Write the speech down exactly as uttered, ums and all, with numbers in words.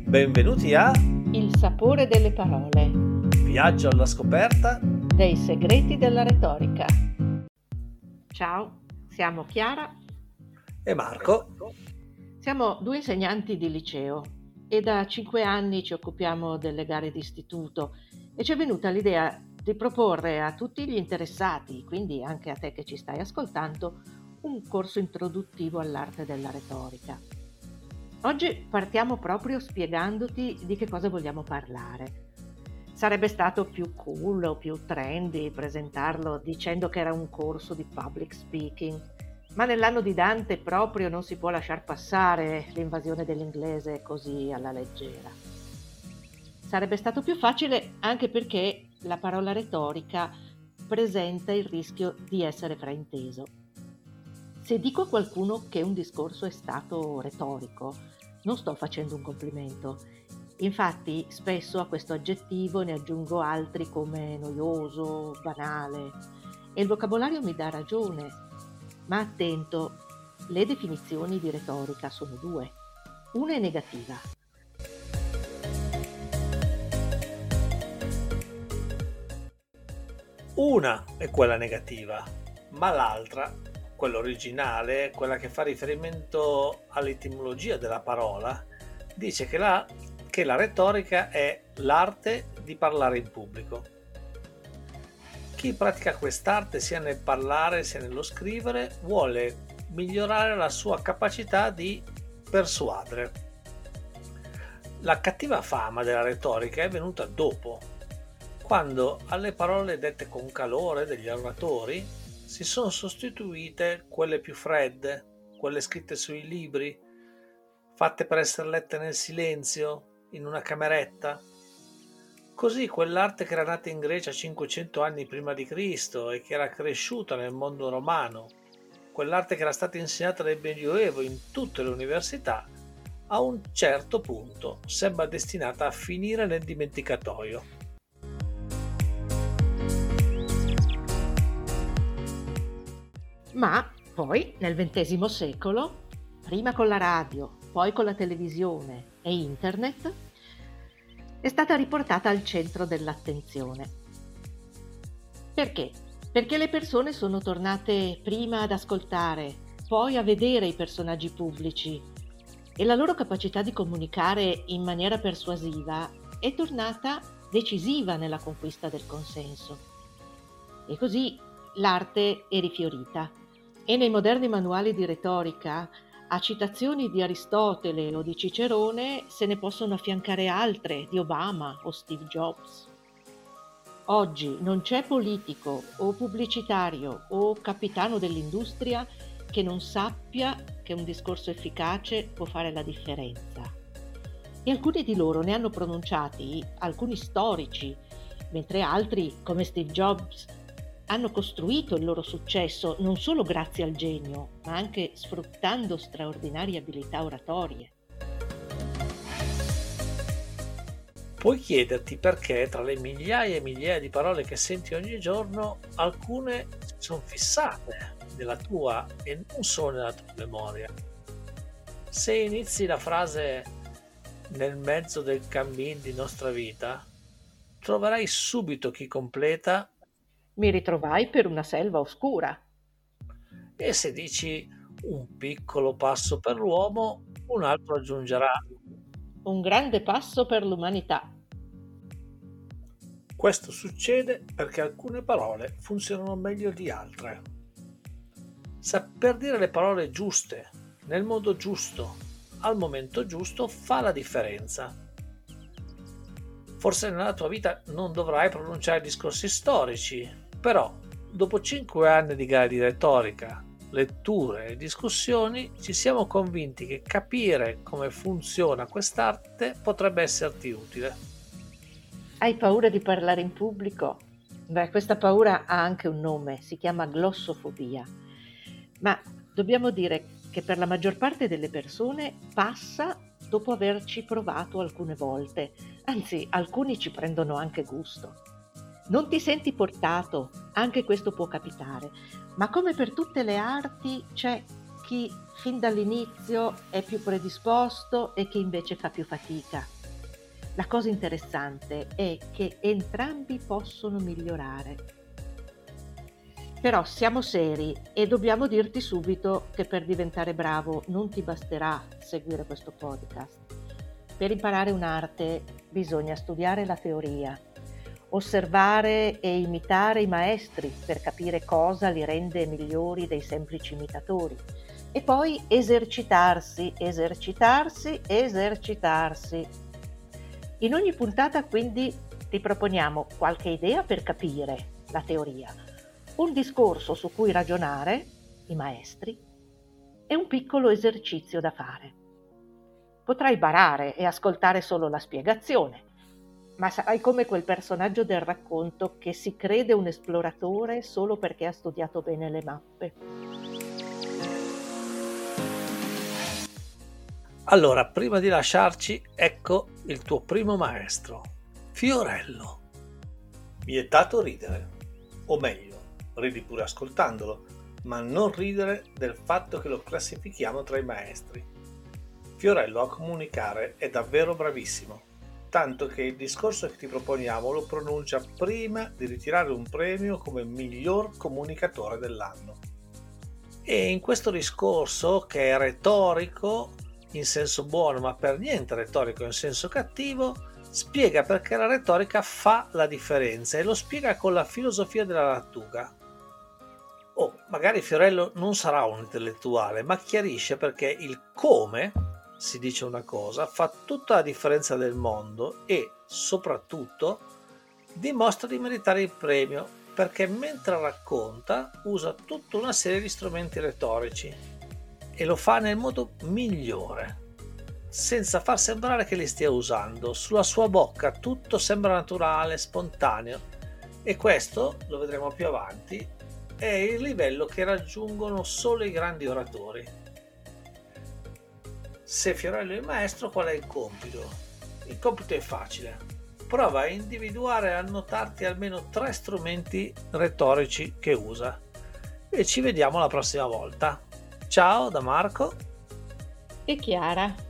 Benvenuti a Il sapore delle parole, Viaggio alla scoperta dei segreti della retorica. Ciao, siamo Chiara. e Marco. Siamo due insegnanti di liceo e da cinque anni ci occupiamo delle gare d'istituto e ci è venuta l'idea di proporre a tutti gli interessati, quindi anche a te che ci stai ascoltando, un corso introduttivo all'arte della retorica. Oggi partiamo proprio spiegandoti di che cosa vogliamo parlare. Sarebbe stato più cool o più trendy presentarlo dicendo che era un corso di public speaking, ma nell'anno di Dante proprio non si può lasciar passare l'invasione dell'inglese così alla leggera. Sarebbe stato più facile anche perché la parola retorica presenta il rischio di essere frainteso. Se dico a qualcuno che un discorso è stato retorico, non sto facendo un complimento. Infatti, spesso a questo aggettivo ne aggiungo altri come noioso, banale, e il vocabolario mi dà ragione. Ma attento, le definizioni di retorica sono due. Una è negativa. Una è quella negativa, ma l'altra, quella originale, quella che fa riferimento all'etimologia della parola, dice che la, che la retorica è l'arte di parlare in pubblico. Chi pratica quest'arte sia nel parlare sia nello scrivere vuole migliorare la sua capacità di persuadere. La cattiva fama della retorica è venuta dopo, quando alle parole dette con calore degli oratori si sono sostituite quelle più fredde, quelle scritte sui libri, fatte per essere lette nel silenzio, in una cameretta. Così quell'arte che era nata in Grecia cinquecento anni prima di Cristo e che era cresciuta nel mondo romano, quell'arte che era stata insegnata nel Medioevo in tutte le università, a un certo punto sembra destinata a finire nel dimenticatoio. Ma poi, nel ventesimo secolo, prima con la radio, poi con la televisione e internet, è stata riportata al centro dell'attenzione. Perché? Perché le persone sono tornate prima ad ascoltare, poi a vedere i personaggi pubblici e la loro capacità di comunicare in maniera persuasiva è tornata decisiva nella conquista del consenso. E così l'arte è rifiorita e nei moderni manuali di retorica a citazioni di Aristotele o di Cicerone se ne possono affiancare altre di Obama o Steve Jobs. Oggi non c'è politico o pubblicitario o capitano dell'industria che non sappia che un discorso efficace può fare la differenza. E alcuni di loro ne hanno pronunciati, alcuni storici, mentre altri, come Steve Jobs, hanno costruito il loro successo non solo grazie al genio, ma anche sfruttando straordinarie abilità oratorie. Puoi chiederti perché tra le migliaia e migliaia di parole che senti ogni giorno, alcune si sono fissate nella tua e non solo nella tua memoria. Se inizi la frase nel mezzo del cammin di nostra vita, troverai subito chi completa. Mi ritrovai per una selva oscura. E se dici un piccolo passo per l'uomo, un altro aggiungerà Un grande passo per l'umanità. questo succede perché alcune parole funzionano meglio di altre. Saper dire le parole giuste, nel modo giusto, al momento giusto, fa la differenza. Forse nella tua vita non dovrai pronunciare discorsi storici, però dopo cinque anni di gare di retorica, letture e discussioni, ci siamo convinti che capire come funziona quest'arte potrebbe esserti utile. Hai paura di parlare in pubblico? Beh, questa paura ha anche un nome, si chiama glossofobia. Ma dobbiamo dire che per la maggior parte delle persone passa dopo averci provato alcune volte, anzi alcuni ci prendono anche gusto. Non ti senti portato, anche questo può capitare, ma come per tutte le arti c'è chi fin dall'inizio è più predisposto e chi invece fa più fatica. La cosa interessante è che entrambi possono migliorare. Però siamo seri e dobbiamo dirti subito che per diventare bravo non ti basterà seguire questo podcast. Per imparare un'arte bisogna studiare la teoria, osservare e imitare i maestri per capire cosa li rende migliori dei semplici imitatori e poi esercitarsi, esercitarsi, esercitarsi. In ogni puntata quindi ti proponiamo qualche idea per capire la teoria, un discorso su cui ragionare, i maestri, e un piccolo esercizio da fare. Potrai barare e ascoltare solo la spiegazione, ma sarai come quel personaggio del racconto che si crede un esploratore solo perché ha studiato bene le mappe. Allora, prima di lasciarci, ecco il tuo primo maestro, Fiorello. Vietato ridere, o meglio, ridi pure ascoltandolo, ma non ridere del fatto che lo classifichiamo tra i maestri. Fiorello a comunicare è davvero bravissimo, tanto che il discorso che ti proponiamo lo pronuncia prima di ritirare un premio come miglior comunicatore dell'anno. E in questo discorso, che è retorico in senso buono ma per niente retorico in senso cattivo, spiega perché la retorica fa la differenza e lo spiega con la filosofia della lattuga. Oh, magari Fiorello non sarà un intellettuale, ma chiarisce perché il come si dice una cosa fa tutta la differenza del mondo e, soprattutto, dimostra di meritare il premio perché mentre racconta usa tutta una serie di strumenti retorici e lo fa nel modo migliore, senza far sembrare che li stia usando. Sulla sua bocca tutto sembra naturale, spontaneo, e questo, lo vedremo più avanti, è il livello che raggiungono solo i grandi oratori. Se Fiorello è il maestro, qual è il compito? Il compito è facile. Prova a individuare e a annotarti almeno tre strumenti retorici che usa. E ci vediamo la prossima volta. Ciao da Marco e Chiara.